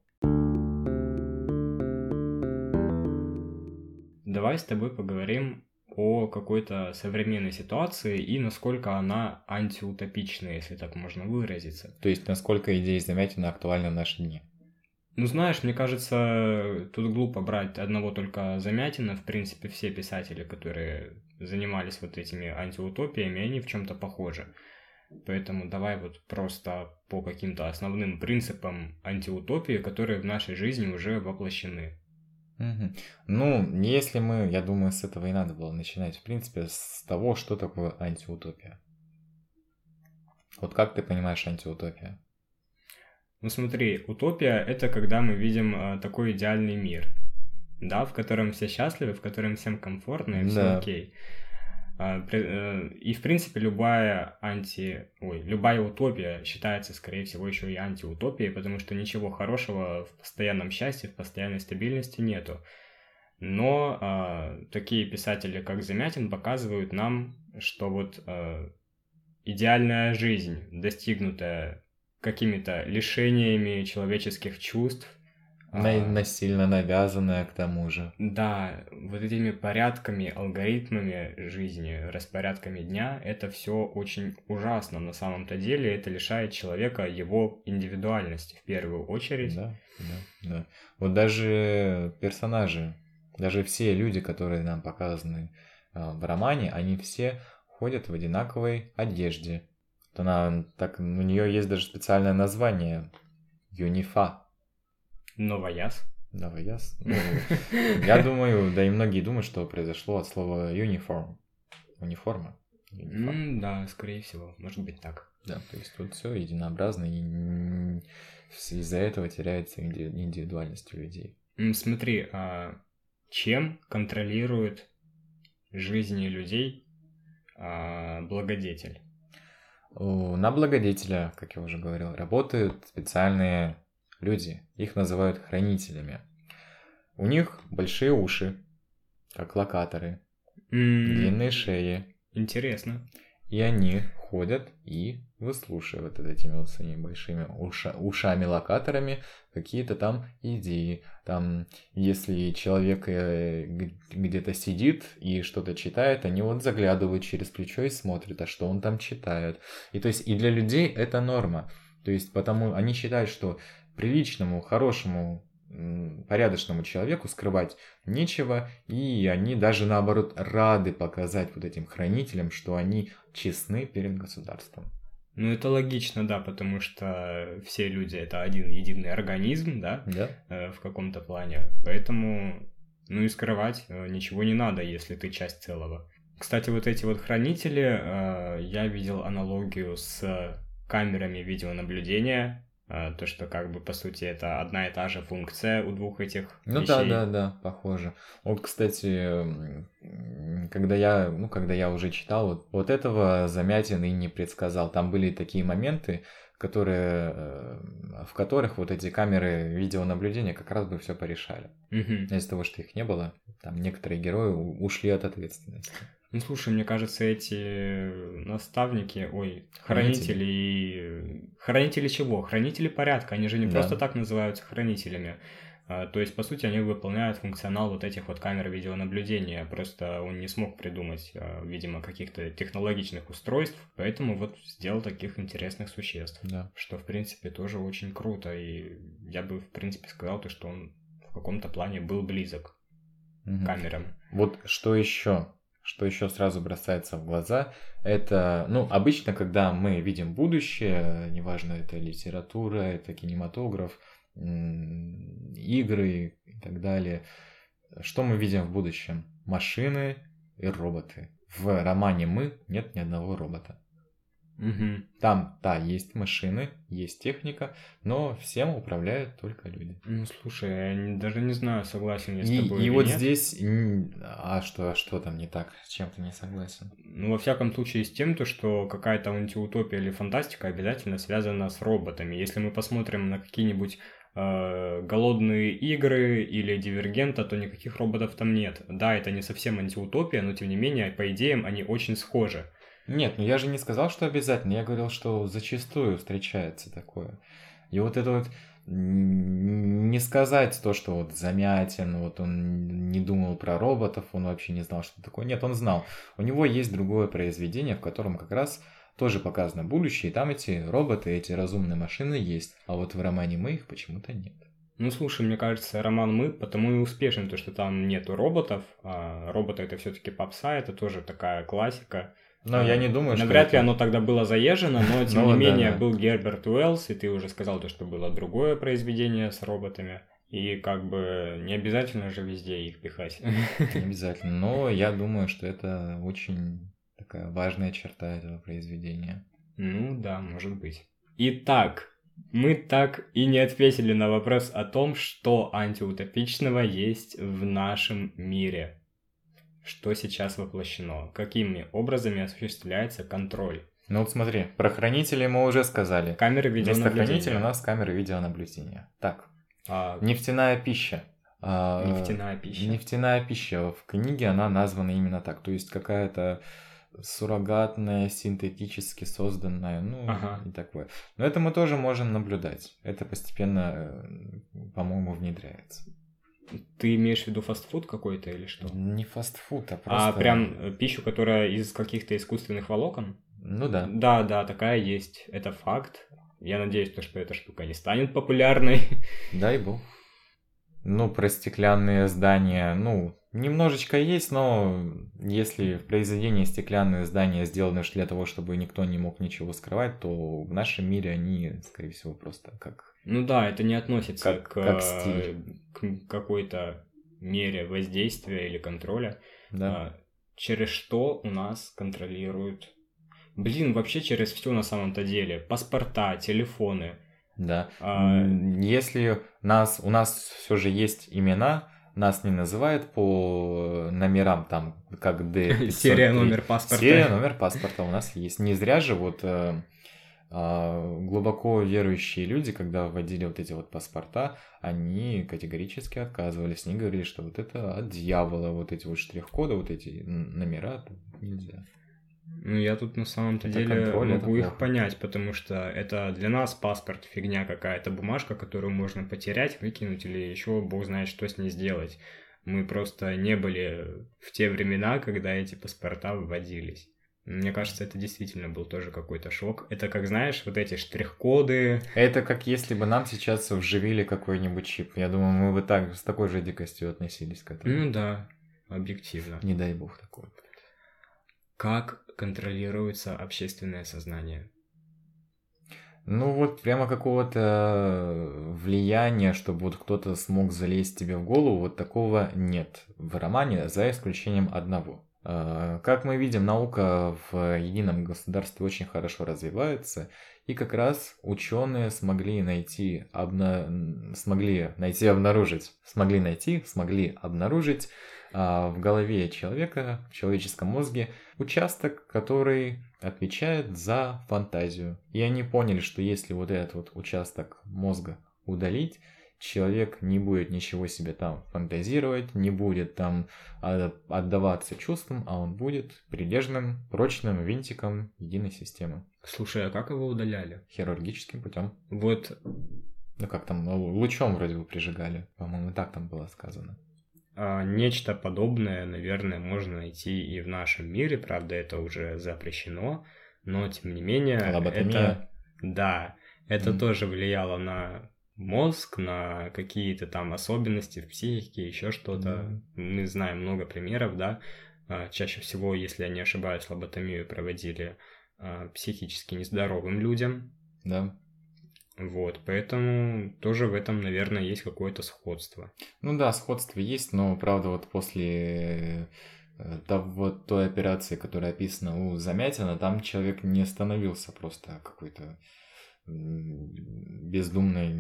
Давай с тобой поговорим о какой-то современной ситуации и насколько она антиутопичная, если так можно выразиться. То есть, насколько идеи Замятина актуальны в наши дни? Ну, знаешь, мне кажется, тут глупо брать одного только Замятина. В принципе, все писатели, которые занимались вот этими антиутопиями, они в чем-то похожи. Поэтому давай вот просто по каким-то основным принципам антиутопии, которые в нашей жизни уже воплощены. Угу. Ну, если мы, я думаю, с этого и надо было начинать, в принципе, с того, что такое антиутопия. Вот как ты понимаешь антиутопия? Ну смотри, утопия – это когда мы видим э, такой идеальный мир, да, в котором все счастливы, в котором всем комфортно и все да. окей. И, в принципе, любая анти... Ой, любая утопия считается, скорее всего, еще и антиутопией, потому что ничего хорошего в постоянном счастье, в постоянной стабильности нету. Но э, такие писатели, как Замятин, показывают нам, что вот э, идеальная жизнь, достигнутая какими-то лишениями человеческих чувств, На- насильно навязанная к тому же. да, вот этими порядками, алгоритмами жизни, распорядками дня, это все очень ужасно. На самом-то деле это лишает человека его индивидуальности в первую очередь. Да, да, да. Вот даже персонажи, даже все люди, которые нам показаны а, в романе, они все ходят в одинаковой одежде. Вот она, так, у нее есть даже специальное название – Юнифа. Новояз. Новояз. Ну, я думаю, да и многие думают, что произошло от слова uniform. Униформа. Юнифа. М, Да, скорее всего, может быть так. Да, то есть тут все единообразно, и н- из-за этого теряется инди- индивидуальность у людей. М, Смотри, а чем контролирует жизни людей а, благодетель? У- На благодетеля, как я уже говорил, работают специальные люди. Их называют хранителями. У них большие уши, как локаторы, М, длинные шеи. Интересно. И они ходят и выслушивают вот этими вот своими большими уша- ушами-локаторами какие-то там идеи. Там, если человек э, г- где-то сидит и что-то читает, они вот заглядывают через плечо и смотрят, а что он там читает. И то есть и для людей это норма. То есть потому они считают, что приличному, хорошему, м, порядочному человеку скрывать нечего, и они даже наоборот рады показать вот этим хранителям, что они честны перед государством. Ну, это логично, да, потому что все люди — это один единый организм, да, Да? э, в каком-то плане. Поэтому, ну и скрывать э, ничего не надо, если ты часть целого. Кстати, вот эти вот хранители, э, я видел аналогию с камерами видеонаблюдения, э, то, что как бы по сути это одна и та же функция у двух этих Ну да, вещей. да, да, похоже. Вот, кстати, м, когда я, ну, когда я уже читал, вот, вот этого Замятин и не предсказал. Там были такие моменты, которые, э, в которых вот эти камеры видеонаблюдения как раз бы все порешали. Мгм. Из-за того, что их не было, там некоторые герои у- ушли от ответственности. Ну, слушай, мне кажется, эти наставники, ой, Хранители. хранители и... Хранители чего? Хранители порядка, они же не Да. просто так называются хранителями. А, То есть, по сути, они выполняют функционал вот этих вот камер видеонаблюдения, просто он не смог придумать, а, видимо, каких-то технологичных устройств, поэтому вот сделал таких интересных существ, Да. что, в принципе, тоже очень круто, и я бы, в принципе, сказал то, что он в каком-то плане был близок к Мгм. камерам. Вот что еще? Что еще сразу бросается в глаза, это, ну, обычно, когда мы видим будущее, неважно, это литература, это кинематограф, м, игры и так далее, что мы видим в будущем? Машины и роботы. В романе «Мы» нет ни одного робота. Мгм. Там, да, есть машины, есть техника, но всем управляют только люди. Ну, слушай, я не- даже не знаю, согласен я с И, тобой и или вот нет. здесь, м, а что, а что там не так? С чем ты не согласен? Ну, во всяком случае, с тем, то, что какая-то антиутопия или фантастика обязательно связана с роботами. Если мы посмотрим на какие-нибудь э, голодные игры или Дивергента, то никаких роботов там нет. Да, это не совсем антиутопия, но тем не менее, по идеям, они очень схожи. Нет, ну я же не сказал, что обязательно. Я говорил, что зачастую встречается такое. И вот это вот м, не сказать то, что вот Замятин, вот он не думал про роботов, он вообще не знал, что такое. Нет, он знал. У него есть другое произведение, в котором как раз тоже показано будущее, и там эти роботы, эти разумные машины есть. А вот в романе «Мы» их почему-то нет. Ну, слушай, мне кажется, роман «Мы» потому и успешен, то, что там нету роботов. А роботы — это все-таки попса, это тоже такая классика. Но я не думаю, что Навряд ли это- оно тогда было заезжено, но тем Ну не вот да, менее да. был Герберт Уэллс, и ты уже сказал то, что было другое произведение с роботами. И как бы не обязательно же везде их пихать. Не обязательно. Но я думаю, что это очень такая важная черта этого произведения. Ну да, может быть. Итак, мы так и не ответили на вопрос о том, что антиутопичного есть в нашем мире. что сейчас воплощено, какими образами осуществляется контроль. Ну вот смотри, про хранители мы уже сказали. Камеры видеонаблюдения. Вместо хранителя у нас камеры видеонаблюдения. Так, А, нефтяная пища. А, Нефтяная пища. Нефтяная пища. В книге она названа именно так. То есть какая-то суррогатная, синтетически созданная, ну Ага. и такое. Но это мы тоже можем наблюдать. Это постепенно, по-моему, внедряется. Ты имеешь в виду фастфуд какой-то или что? Не фастфуд, а просто... А прям пищу, которая из каких-то искусственных волокон? Ну да. Да, да, такая есть. Это факт. Я надеюсь, то, что эта штука не станет популярной. Дай бог. Ну, про стеклянные здания, ну, немножечко есть, но если в произведении стеклянные здания сделаны для того, чтобы никто не мог ничего скрывать, то в нашем мире они, скорее всего, просто как... Ну да, это не относится Как- к, как стиль. к какой-то мере воздействия или контроля. Да. А, через что у нас контролируют... Блин, вообще через все на самом-то деле. Паспорта, телефоны. Да. А, М, Если нас, у нас все же есть имена, нас не называют по номерам, там, как Д пятьсот три. Серия, номер паспорта. Серия, номер паспорта у нас есть. Не зря же вот э, а, глубоко верующие люди, когда вводили вот эти вот паспорта, они категорически отказывались. Они говорили, что вот это от дьявола, вот эти вот штрих-коды, вот эти н- номера нельзя. Ну, я тут на самом-то Это деле контроль, это могу их плохо. понять, потому что это для нас паспорт фигня какая-то, бумажка, которую можно потерять, выкинуть или еще бог знает, что с ней сделать. Мы просто не были в те времена, когда эти паспорта вводились. Мне кажется, это действительно был тоже какой-то шок. Это как, знаешь, вот эти штрих-коды. Это как если бы нам сейчас вживили какой-нибудь чип. Я думаю, мы бы так, с такой же дикостью относились к этому. Ну да, объективно. Не дай бог такое. Как контролируется общественное сознание? Ну вот прямо какого-то влияния, чтобы вот кто-то смог залезть тебе в голову, вот такого нет в романе, за исключением одного. А, Как мы видим, наука в едином государстве очень хорошо развивается, и как раз ученые смогли найти, обна... смогли найти, обнаружить, смогли найти, смогли обнаружить а, в голове человека, в человеческом мозге, участок, который отвечает за фантазию. И они поняли, что если вот этот вот участок мозга удалить, человек не будет ничего себе там фантазировать, не будет там отдаваться чувствам, а он будет прилежным, прочным винтиком единой системы. Слушай, а как его удаляли? Хирургическим путем. Вот Ну как там, лучом вроде бы прижигали. По-моему, так там было сказано. а, нечто подобное, наверное, можно найти и в нашем мире, правда, это уже запрещено, но тем не менее, Лоботомия. это, да, это Мгм. тоже влияло на мозг, на какие-то там особенности в психике, еще что-то. Мы знаем много примеров, да. А, чаще всего, если я не ошибаюсь, лоботомию проводили а, психически нездоровым людям. Да. Вот, поэтому тоже в этом, наверное, есть какое-то сходство. Ну да, сходство есть, но правда вот после э, того, той операции, которая описана у Замятина, там человек не становился просто какой-то м, бездумной,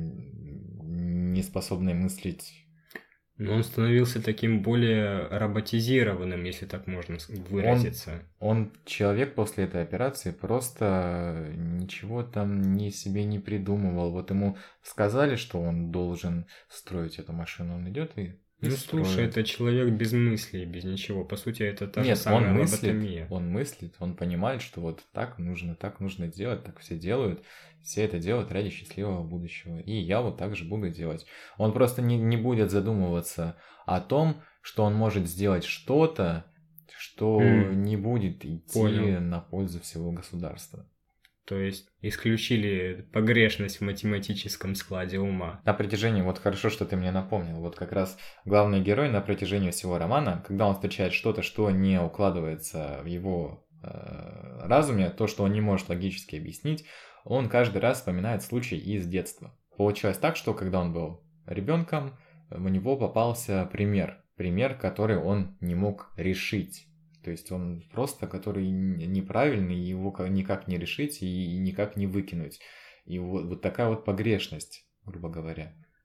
неспособной мыслить. Но он становился таким более роботизированным, если так можно с- выразиться. Он человек после этой операции просто ничего там ни себе не придумывал. Вот ему сказали, что он должен строить эту машину, он идет и и Ну, слушай, строит. это человек без мыслей, без ничего. По сути, это та Нет, же самая он мыслит, лоботомия. он мыслит, он понимает, что вот так нужно, так нужно делать, так все делают, все это делают ради счастливого будущего, и я вот так же буду делать. Он просто не, не будет задумываться о том, что он может сделать что-то, что М, не будет идти понял. на пользу всего государства. То есть исключили погрешность в математическом складе ума. На протяжении, вот хорошо, что ты мне напомнил, вот как раз главный герой на протяжении всего романа, когда он встречает что-то, что не укладывается в его э, разуме, то, что он не может логически объяснить, он каждый раз вспоминает случай из детства. Получилось так, что когда он был ребенком, у него попался пример, пример, который он не мог решить. То есть он просто, который неправильный, его никак не решить и никак не выкинуть. И вот, вот такая вот погрешность, грубо говоря.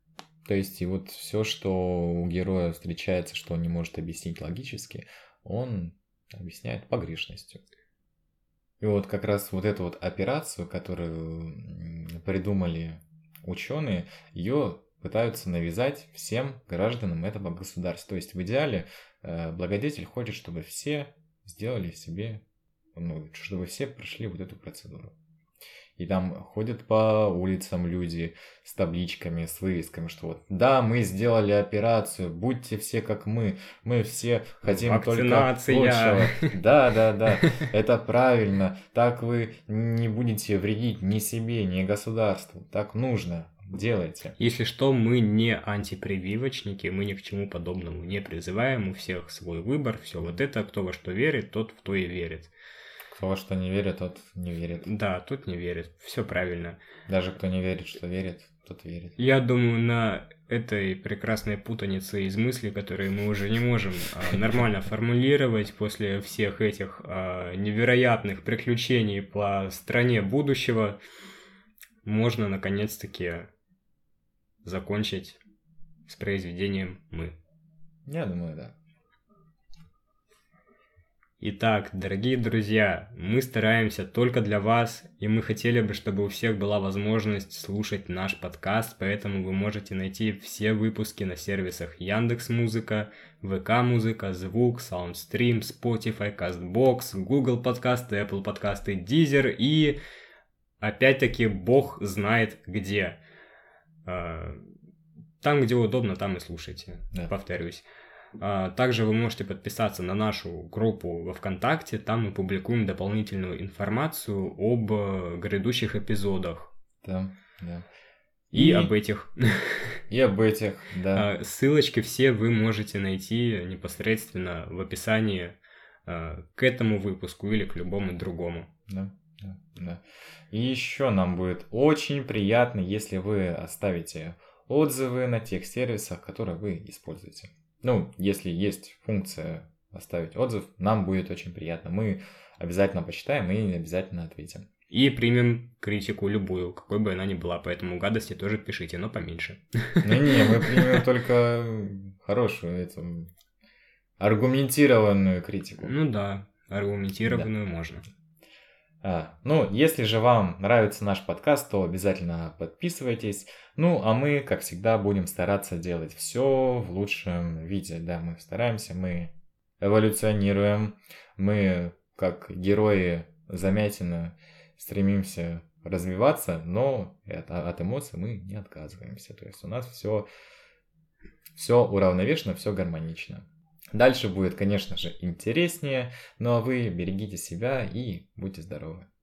То есть и вот все, что у героя встречается, что он не может объяснить логически, он объясняет погрешностью. И вот как раз вот эту вот операцию, которую придумали ученые, ее пытаются навязать всем гражданам этого государства. То есть в идеале благодетель хочет, чтобы все сделали себе, ну, чтобы все прошли вот эту процедуру. И там ходят по улицам люди с табличками, с вывесками, что вот, да, мы сделали операцию, будьте все как мы, мы все хотим только лучшего. Да, да, да, это правильно, так вы не будете вредить ни себе, ни государству, так нужно, делайте. Если что, мы не антипрививочники, мы ни к чему подобному не призываем, у всех свой выбор, все вот это, кто во что верит, тот в то и верит. Кто во что не верит, тот не верит. Да, тот не верит. Все правильно. Даже кто не верит, что верит, тот верит. Я думаю, на этой прекрасной путанице из мыслей, которые мы уже не можем а, нормально формулировать после всех этих а, невероятных приключений по стране будущего, можно наконец-таки закончить с произведением «Мы». Я думаю, да. Итак, дорогие друзья, мы стараемся только для вас, и мы хотели бы, чтобы у всех была возможность слушать наш подкаст, поэтому вы можете найти все выпуски на сервисах Яндекс.Музыка, ВК-музыка, Звук, Soundstream, Spotify, CastBox, Google подкасты, Apple подкасты, Deezer и, опять-таки, бог знает где. Там, где удобно, там и слушайте, да. Повторюсь. Также вы можете подписаться на нашу группу во ВКонтакте, там мы публикуем дополнительную информацию об грядущих эпизодах. Да, да. И, и об этих. И об этих, да. Ссылочки все вы можете найти непосредственно в описании к этому выпуску или к любому другому. Да, да, да. И еще нам будет очень приятно, если вы оставите отзывы на тех сервисах, которые вы используете. Ну, если есть функция оставить отзыв, нам будет очень приятно. Мы обязательно почитаем и обязательно ответим. И примем критику любую, какой бы она ни была. Поэтому гадости тоже пишите, но поменьше. Не-не, мы примем только хорошую, эту, аргументированную критику. Ну да, аргументированную да. Можно. А, ну, если же вам нравится наш подкаст, то обязательно подписывайтесь. Ну, а мы, как всегда, будем стараться делать все в лучшем виде. Да, мы стараемся, мы эволюционируем, мы, как герои Замятина, стремимся развиваться, но это, от эмоций мы не отказываемся. То есть у нас все, все уравновешено, все гармонично. Дальше будет, конечно же, интереснее, ну а вы берегите себя и будьте здоровы.